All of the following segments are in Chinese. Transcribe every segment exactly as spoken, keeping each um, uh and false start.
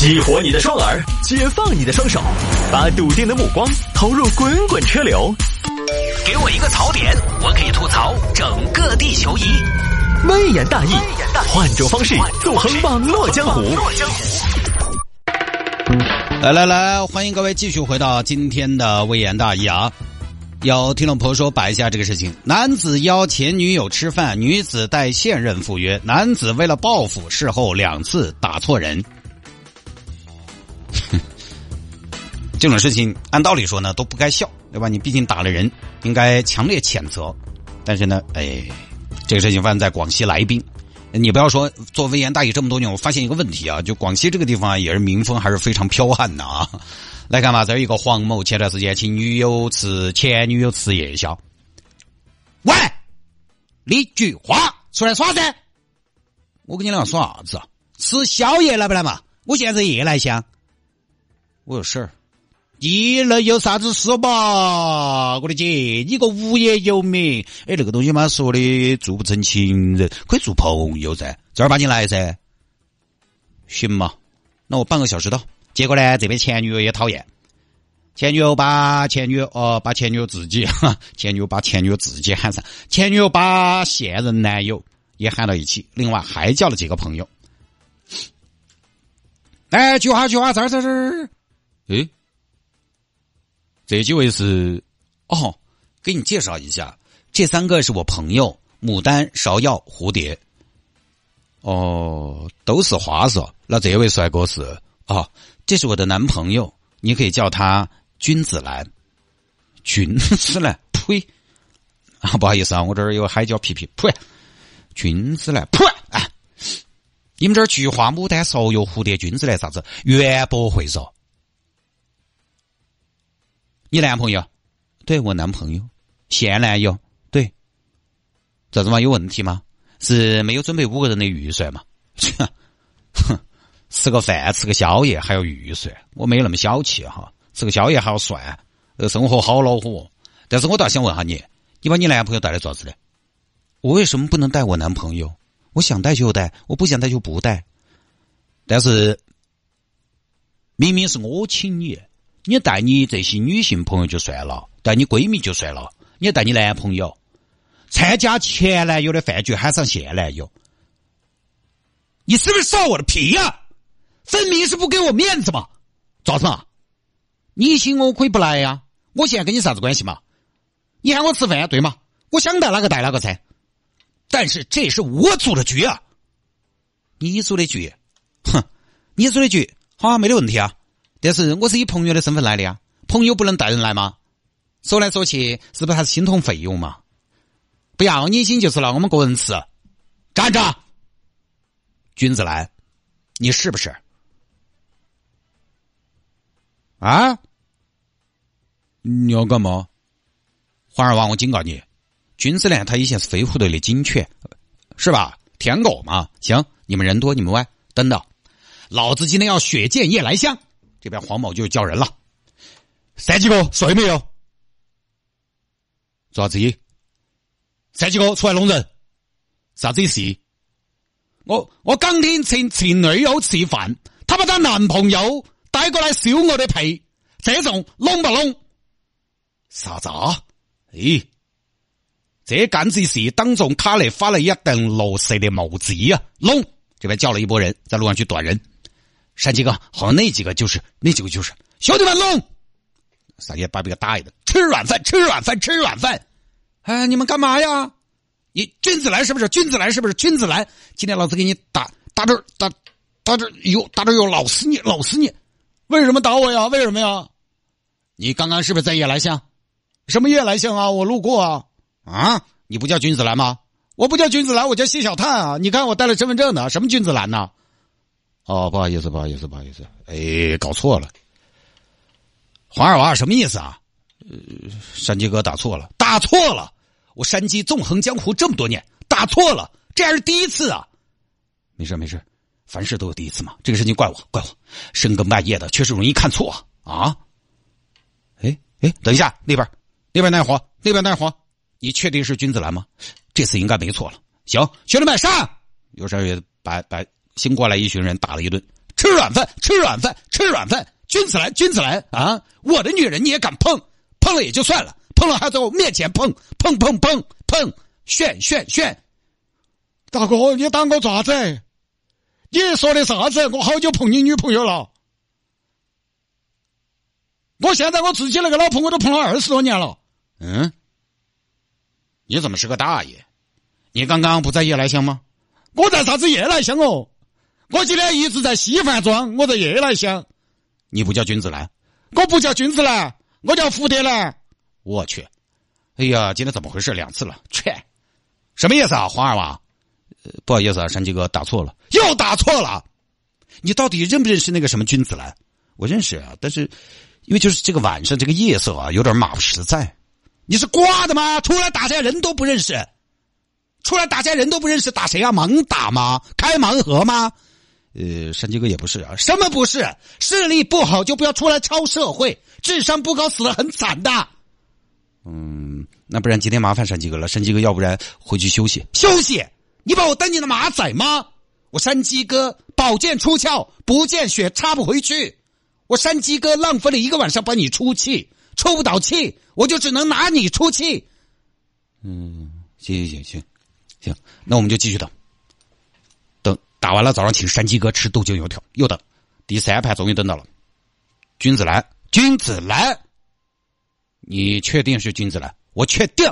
激活你的双耳，解放你的双手，把笃定的目光投入滚滚车流。给我一个槽点，我可以吐槽整个地球仪。微言大义，换种方式纵横网络江湖。 来来来，欢迎各位继续回到今天的微言大义啊！有听众朋友说摆一下这个事情：男子邀前女友吃饭，女子带现任赴约，男子为了报复，事后两次打错人。这种事情按道理说呢都不该笑，对吧？你毕竟打了人，应该强烈谴责。但是呢，哎，这个事情发生在广西来宾。你不要说做微言大义这么多年，我发现一个问题啊，就广西这个地方啊，也是民风还是非常剽悍的啊。来看吧，这有一个黄某前段时间请女友吃前女友吃夜宵。喂，李菊花出来耍噻！我跟你俩说啥子啊？吃宵夜来不来嘛？我现在是夜来香。我有事儿。你能有啥子事吧？我的姐，你个无业游民，哎，这个东西嘛说的做不成情人，可以做朋友噻，正儿八经来噻。行嘛，那我半个小时到。结果呢，这边前女友也讨厌，前女友把前女友哦，把前女友自己，前女友把前女友自己喊上，前女友把现任男友也喊到一起，另外还叫了几个朋友。哎，菊花菊花，这儿这儿这儿，诶。这几位是哦，给你介绍一下，这三个是我朋友牡丹、芍药、蝴蝶。哦，都是花色。那这位帅哥是哦，这是我的男朋友，你可以叫他君子兰。君子兰，呸！啊，不好意思啊，我这儿有海椒皮皮，呸！君子兰，呸！啊，你们这儿菊花、牡丹、芍药、蝴蝶、君子兰啥子？原不会说。你男朋友？对，我男朋友。现男友？对。这怎么有问题吗？是没有准备五个人的预算吗？哼，吃个饭吃个宵夜还要预算，我没那么小气哈，吃个宵夜还要算，呃，生活好恼火。但是我倒想问下你，你把你男朋友带来做啥子的？我为什么不能带我男朋友？我想带就带，我不想带就不带。但是明明是我请你，你带你这些女性朋友就算了，带你闺蜜就算了，你带你男朋友参加前男友的饭局，喊上现男友，你是不是烧我的皮呀、啊？分明是不给我面子嘛！咋子啊？你请我可以不来呀、啊？我现在跟你啥子关系嘛？你喊我吃饭对吗？我想带哪个带哪个噻。但是这是我组的局啊！你组的局，哼，你组的局好、啊，没得问题啊。但是我是以朋友的身份来的呀，朋友不能带人来吗？说来说去，是不是还是心痛费用嘛？不要你请就是了，我们个人吃。站着，君子兰，你是不是？啊？你要干嘛？黄二娃，我警告你，君子兰他以前是飞虎队的警犬，是吧？舔狗嘛。行，你们人多，你们歪，等等，老子今天要血溅夜来香。这边黄某就叫人了，三几个睡没有？做啥子？三几个出来弄人？啥子事？我我刚听前前女友吃饭，她把她男朋友带过来收我的皮，这种弄不弄？啥子啊？哎，这干这事当众卡雷发了一顶绿色的帽子啊！弄！这边叫了一拨人在路上去短人。闪几个，好像那几个就是那几个就是兄弟们弄，闪爷把别个打一顿，吃软饭，吃软饭，吃软饭。哎，你们干嘛呀？你君子兰是不是？君子兰是不是？君子兰，今天老子给你打打这打打这有打这有老死你老死你！为什么打我呀？为什么呀？你刚刚是不是在夜来香？什么夜来香啊？我路过啊啊！你不叫君子兰吗？我不叫君子兰，我叫谢小探啊！你看我带了身份证呢，什么君子兰呢？哦，不好意思，不好意思，不好意思，哎，搞错了。黄二娃什么意思啊？呃，山鸡哥打错了，打错了。我山鸡纵横江湖这么多年，打错了，这还是第一次啊。没事没事，凡事都有第一次嘛。这个事情怪我，怪我，深更半夜的，确实容易看错啊。哎哎，等一下，那边那边那伙，那边那伙，你确定是君子兰吗？这次应该没错了。行，兄弟们上！有事也把把。新过来一群人打了一顿， 吃软饭，吃软饭，吃软饭，君子兰，君子兰啊！我的女人你也敢碰？碰了也就算了，碰了还在我面前碰，碰碰碰碰，炫炫炫！大哥，你当我爪子？你说的啥子？我好久碰你女朋友了。我现在我自己那个老婆我都碰了二十多年了。嗯，你怎么是个大爷？你刚刚不在夜来香吗？我在啥子夜来香哦？我今天一直在稀饭庄，我在夜来香。你不叫君子兰？我不叫君子兰，我叫蝴蝶兰。我去，哎呀，今天怎么回事？两次了，切，什么意思啊，黄二娃？呃，不好意思啊，山鸡哥打错了，又打错了。你到底认不认识那个什么君子兰？我认识啊，但是因为就是这个晚上这个夜色啊，有点马不实在。你是瓜的吗？出来打架人都不认识，出来打架人都不认识，打谁啊？盲打吗？开盲盒吗？呃，山鸡哥也不是啊。什么不是？视力不好就不要出来抄社会，智商不高死得很惨的。嗯，那不然今天麻烦山鸡哥了，山鸡哥要不然回去休息休息。你把我当你的马仔吗？我山鸡哥宝剑出鞘，不见血插不回去。我山鸡哥浪费了一个晚上帮你出气，出不到气，我就只能拿你出气。嗯，行行行行，那我们就继续等，等打完了早上请山鸡哥吃豆浆油条，又等，第三盘终于等到了。君子兰，君子兰，你确定是君子兰？我确定。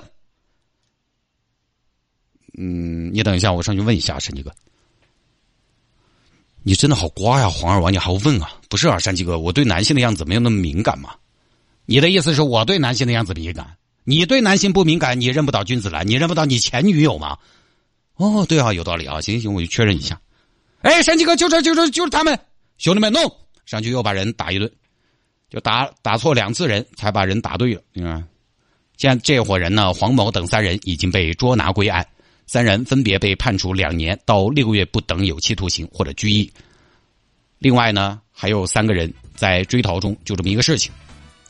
嗯，你等一下，我上去问一下山鸡哥。你真的好瓜呀，黄二娃，你还问啊？不是啊，山鸡哥，我对男性的样子没有那么敏感嘛。你的意思是我对男性的样子敏感，你对男性不敏感，你认不到君子兰，你认不到你前女友吗？哦，对啊，有道理啊，行行，我就确认一下。哎，山鸡哥，就这就这就是他们，兄弟们弄上去又把人打一顿，就打打错两次人才把人打对了。你看，现在这伙人呢，黄某等三人已经被捉拿归案。三人分别被判处两年到六个月不等有期徒刑或者拘役。另外呢，还有三个人在追逃中，就这么一个事情。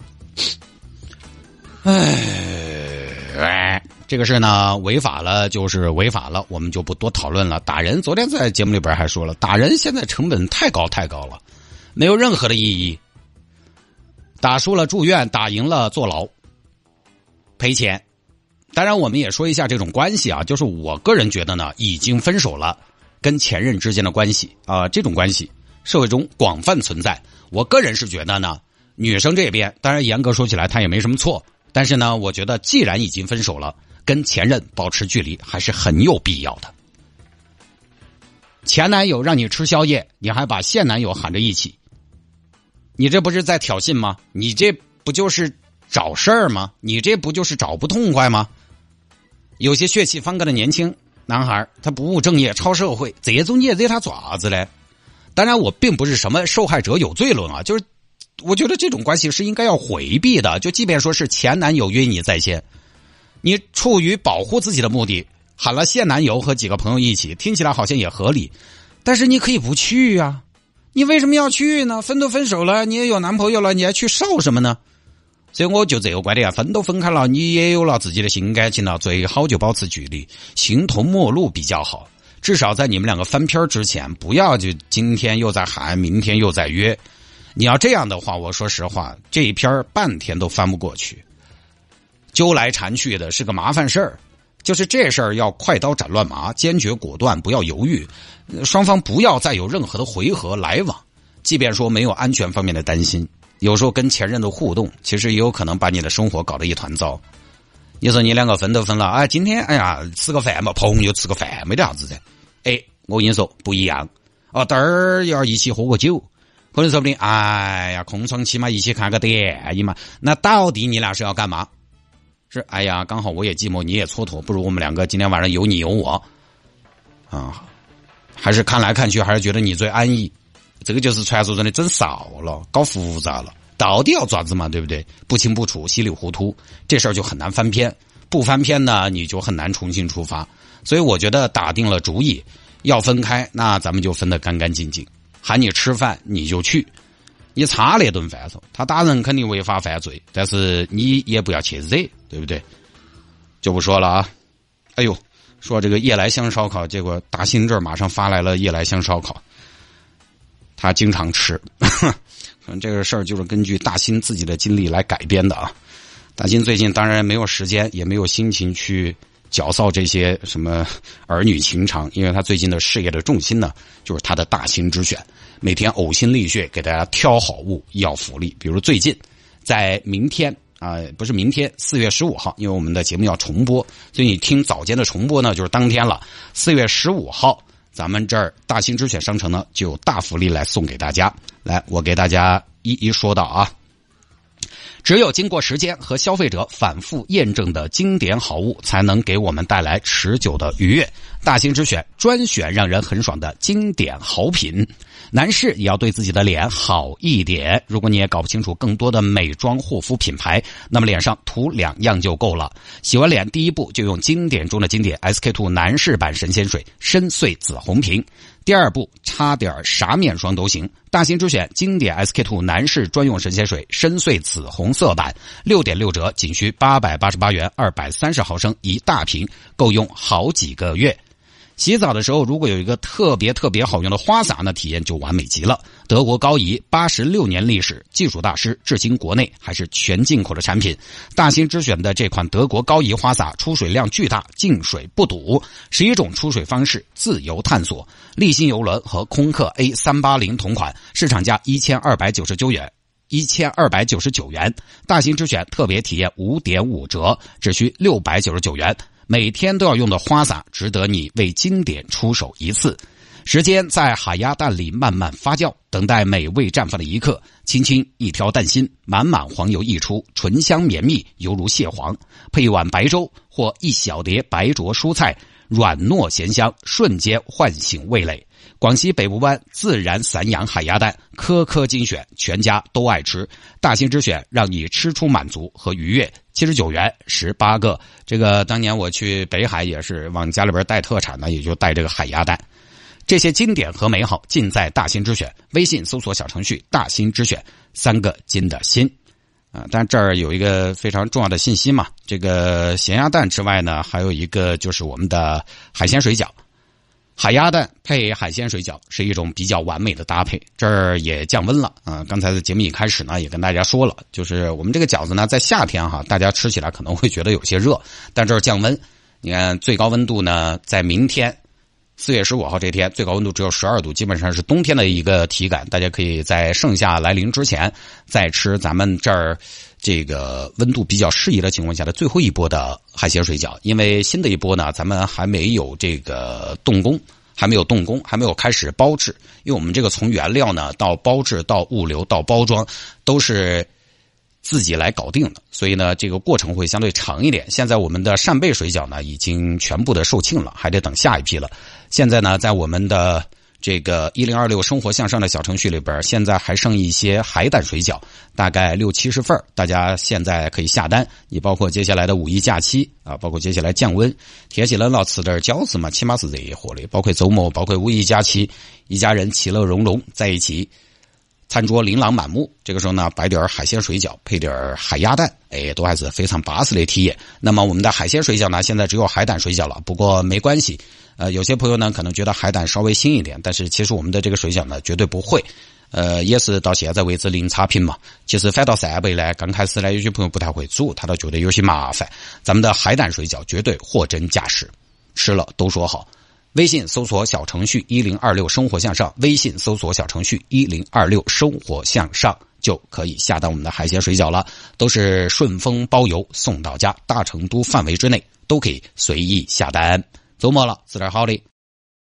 哎，这个事呢，违法了就是违法了，我们就不多讨论了。打人，昨天在节目里边还说了，打人现在成本太高太高了，没有任何的意义。打输了住院，打赢了坐牢，赔钱。当然我们也说一下这种关系啊，就是我个人觉得呢，已经分手了跟前任之间的关系啊、呃，这种关系社会中广泛存在。我个人是觉得呢，女生这边当然严格说起来她也没什么错，但是呢，我觉得既然已经分手了，跟前任保持距离还是很有必要的。前男友让你吃宵夜，你还把现男友喊着一起，你这不是在挑衅吗？你这不就是找事儿吗？你这不就是找不痛快吗？有些血气方刚的年轻男孩，他不务正业，超社会，这种你也惹他爪子嘞。当然我并不是什么受害者有罪论啊，就是我觉得这种关系是应该要回避的。就即便说是前男友约你在先，你出于保护自己的目的喊了现男友和几个朋友一起，听起来好像也合理，但是你可以不去啊，你为什么要去呢？分都分手了，你也有男朋友了，你还去少什么呢？所以我就这个观点，分都分开了，你也有了自己的心感情了，最好就保持距离，形同陌路比较好。至少在你们两个翻篇之前，不要就今天又在喊，明天又在约。你要这样的话，我说实话，这一篇半天都翻不过去，揪来缠去的是个麻烦事儿。就是这事儿要快刀斩乱麻，坚决果断，不要犹豫，双方不要再有任何的回合来往。即便说没有安全方面的担心，有时候跟前任的互动，其实也有可能把你的生活搞得一团糟。你说你两个分都分了，哎，今天哎呀吃个饭嘛，朋友吃个饭没得啥子的。哎，我跟你说不一样哦，等儿要一起喝个酒，可能说不定哎呀空窗期嘛，一起看个电影嘛，那到底你俩是要干嘛？是哎呀刚好我也寂寞你也蹉跎，不如我们两个今天晚上有你有我啊，还是看来看去还是觉得你最安逸。这个就是传说中的整少了，搞复杂了，到底要爪子嘛，对不对？不清不楚，稀里糊涂，这事儿就很难翻篇。不翻篇呢，你就很难重新出发。所以我觉得打定了主意要分开，那咱们就分得干干净净。喊你吃饭你就去，你擦那顿饭头，他打人肯定违法犯罪，但是你也不要去惹，对不对？就不说了啊。哎呦，说这个夜来香烧烤，结果大兴这儿马上发来了夜来香烧烤。 他经常吃。可能这个事儿就是根据大新自己的经历来改编的啊。大新最近当然没有时间，也没有心情去搅骚这些什么儿女情长，因为他最近的事业的重心呢，就是他的大新之选，每天呕心沥血给大家挑好物要福利。比如最近在明天啊、呃，不是明天四月十五号，因为我们的节目要重播，所以你听早间的重播呢就是当天了。四月十五号咱们这儿大新之选商城呢就有大福利来送给大家。来，我给大家一一说到啊。只有经过时间和消费者反复验证的经典好物，才能给我们带来持久的愉悦。大新之选专选让人很爽的经典好品。男士也要对自己的脸好一点，如果你也搞不清楚更多的美妆护肤品牌，那么脸上涂两样就够了。洗完脸第一步就用经典中的经典 S K two 男士版神仙水深邃紫红瓶，第二步擦点啥面霜都行。大新之选经典 S K two 男士专用神仙水深邃紫红色版 六点六 折，仅需八百八十八元，二百三十毫升一大瓶，够用好几个月。洗澡的时候如果有一个特别特别好用的花洒，那体验就完美极了。德国高仪八十六年历史，技术大师，至今国内还是全进口的产品。大新之选的这款德国高仪花洒出水量巨大，进水不堵，十一种出水方式自由探索。立新邮轮和空客 A 三八零 同款，市场价一千二百九十九元。一千二百九十九元，大新之选特别体验 五点五 折，只需六百九十九元。每天都要用的花洒，值得你为经典出手一次。时间在海鸭蛋里慢慢发酵，等待美味绽放的一刻。轻轻一挑蛋心，满满黄油溢出，醇香绵密，犹如蟹黄。配一碗白粥或一小碟白灼蔬菜，软糯咸香，瞬间唤醒味蕾。广西北部湾自然散养海鸭蛋，颗颗精选，全家都爱吃。大新之选让你吃出满足和愉悦。七十九元十八个。这个当年我去北海也是往家里边带特产呢，也就带这个海鸭蛋。这些经典和美好尽在大新之选。微信搜索小程序大新之选，三个金的新啊。但这儿有一个非常重要的信息嘛，这个咸鸭蛋之外呢，还有一个就是我们的海鲜水饺。海鸭蛋配海鲜水饺是一种比较完美的搭配。这儿也降温了啊、呃！刚才的节目一开始呢，也跟大家说了，就是我们这个饺子呢，在夏天哈，大家吃起来可能会觉得有些热，但这儿降温，你看最高温度呢，在明天四月十五号这天，最高温度只有十二度，基本上是冬天的一个体感。大家可以在盛夏来临之前，再吃咱们这儿这个温度比较适宜的情况下的最后一波的海鲜水饺。因为新的一波呢，咱们还没有这个动工，还没有动工，还没有开始包制。因为我们这个从原料呢到包制到物流到包装都是自己来搞定的，所以呢这个过程会相对长一点。现在我们的扇贝水饺呢已经全部的售罄了，还得等下一批了。现在呢在我们的这个一零二六生活向上的小程序里边，现在还剩一些海胆水饺，大概六七十份，大家现在可以下单。你包括接下来的五一假期啊，包括接下来降温，天气冷了吃点饺子嘛，起码是热乎的。包括周末，包括五一假期，一家人其乐融融在一起，餐桌琳琅满目。这个时候呢，摆点海鲜水饺，配点海鸭蛋，哎，都还是非常巴适的体验。那么我们的海鲜水饺呢，现在只有海胆水饺了，不过没关系。呃，有些朋友呢可能觉得海胆稍微腥一点，但是其实我们的这个水饺呢绝对不会，呃，也是到现在为止零差评嘛。其实反倒扇贝呢，刚开始呢有些朋友不太会煮，他倒觉得有些麻烦。咱们的海胆水饺绝对货真价实，吃了都说好。微信搜索小程序一零二六生活向上，微信搜索小程序一零二六生活向上，就可以下单我们的海鲜水饺了，都是顺丰包邮送到家，大成都范围之内都可以随意下单。周末了，吃点好的。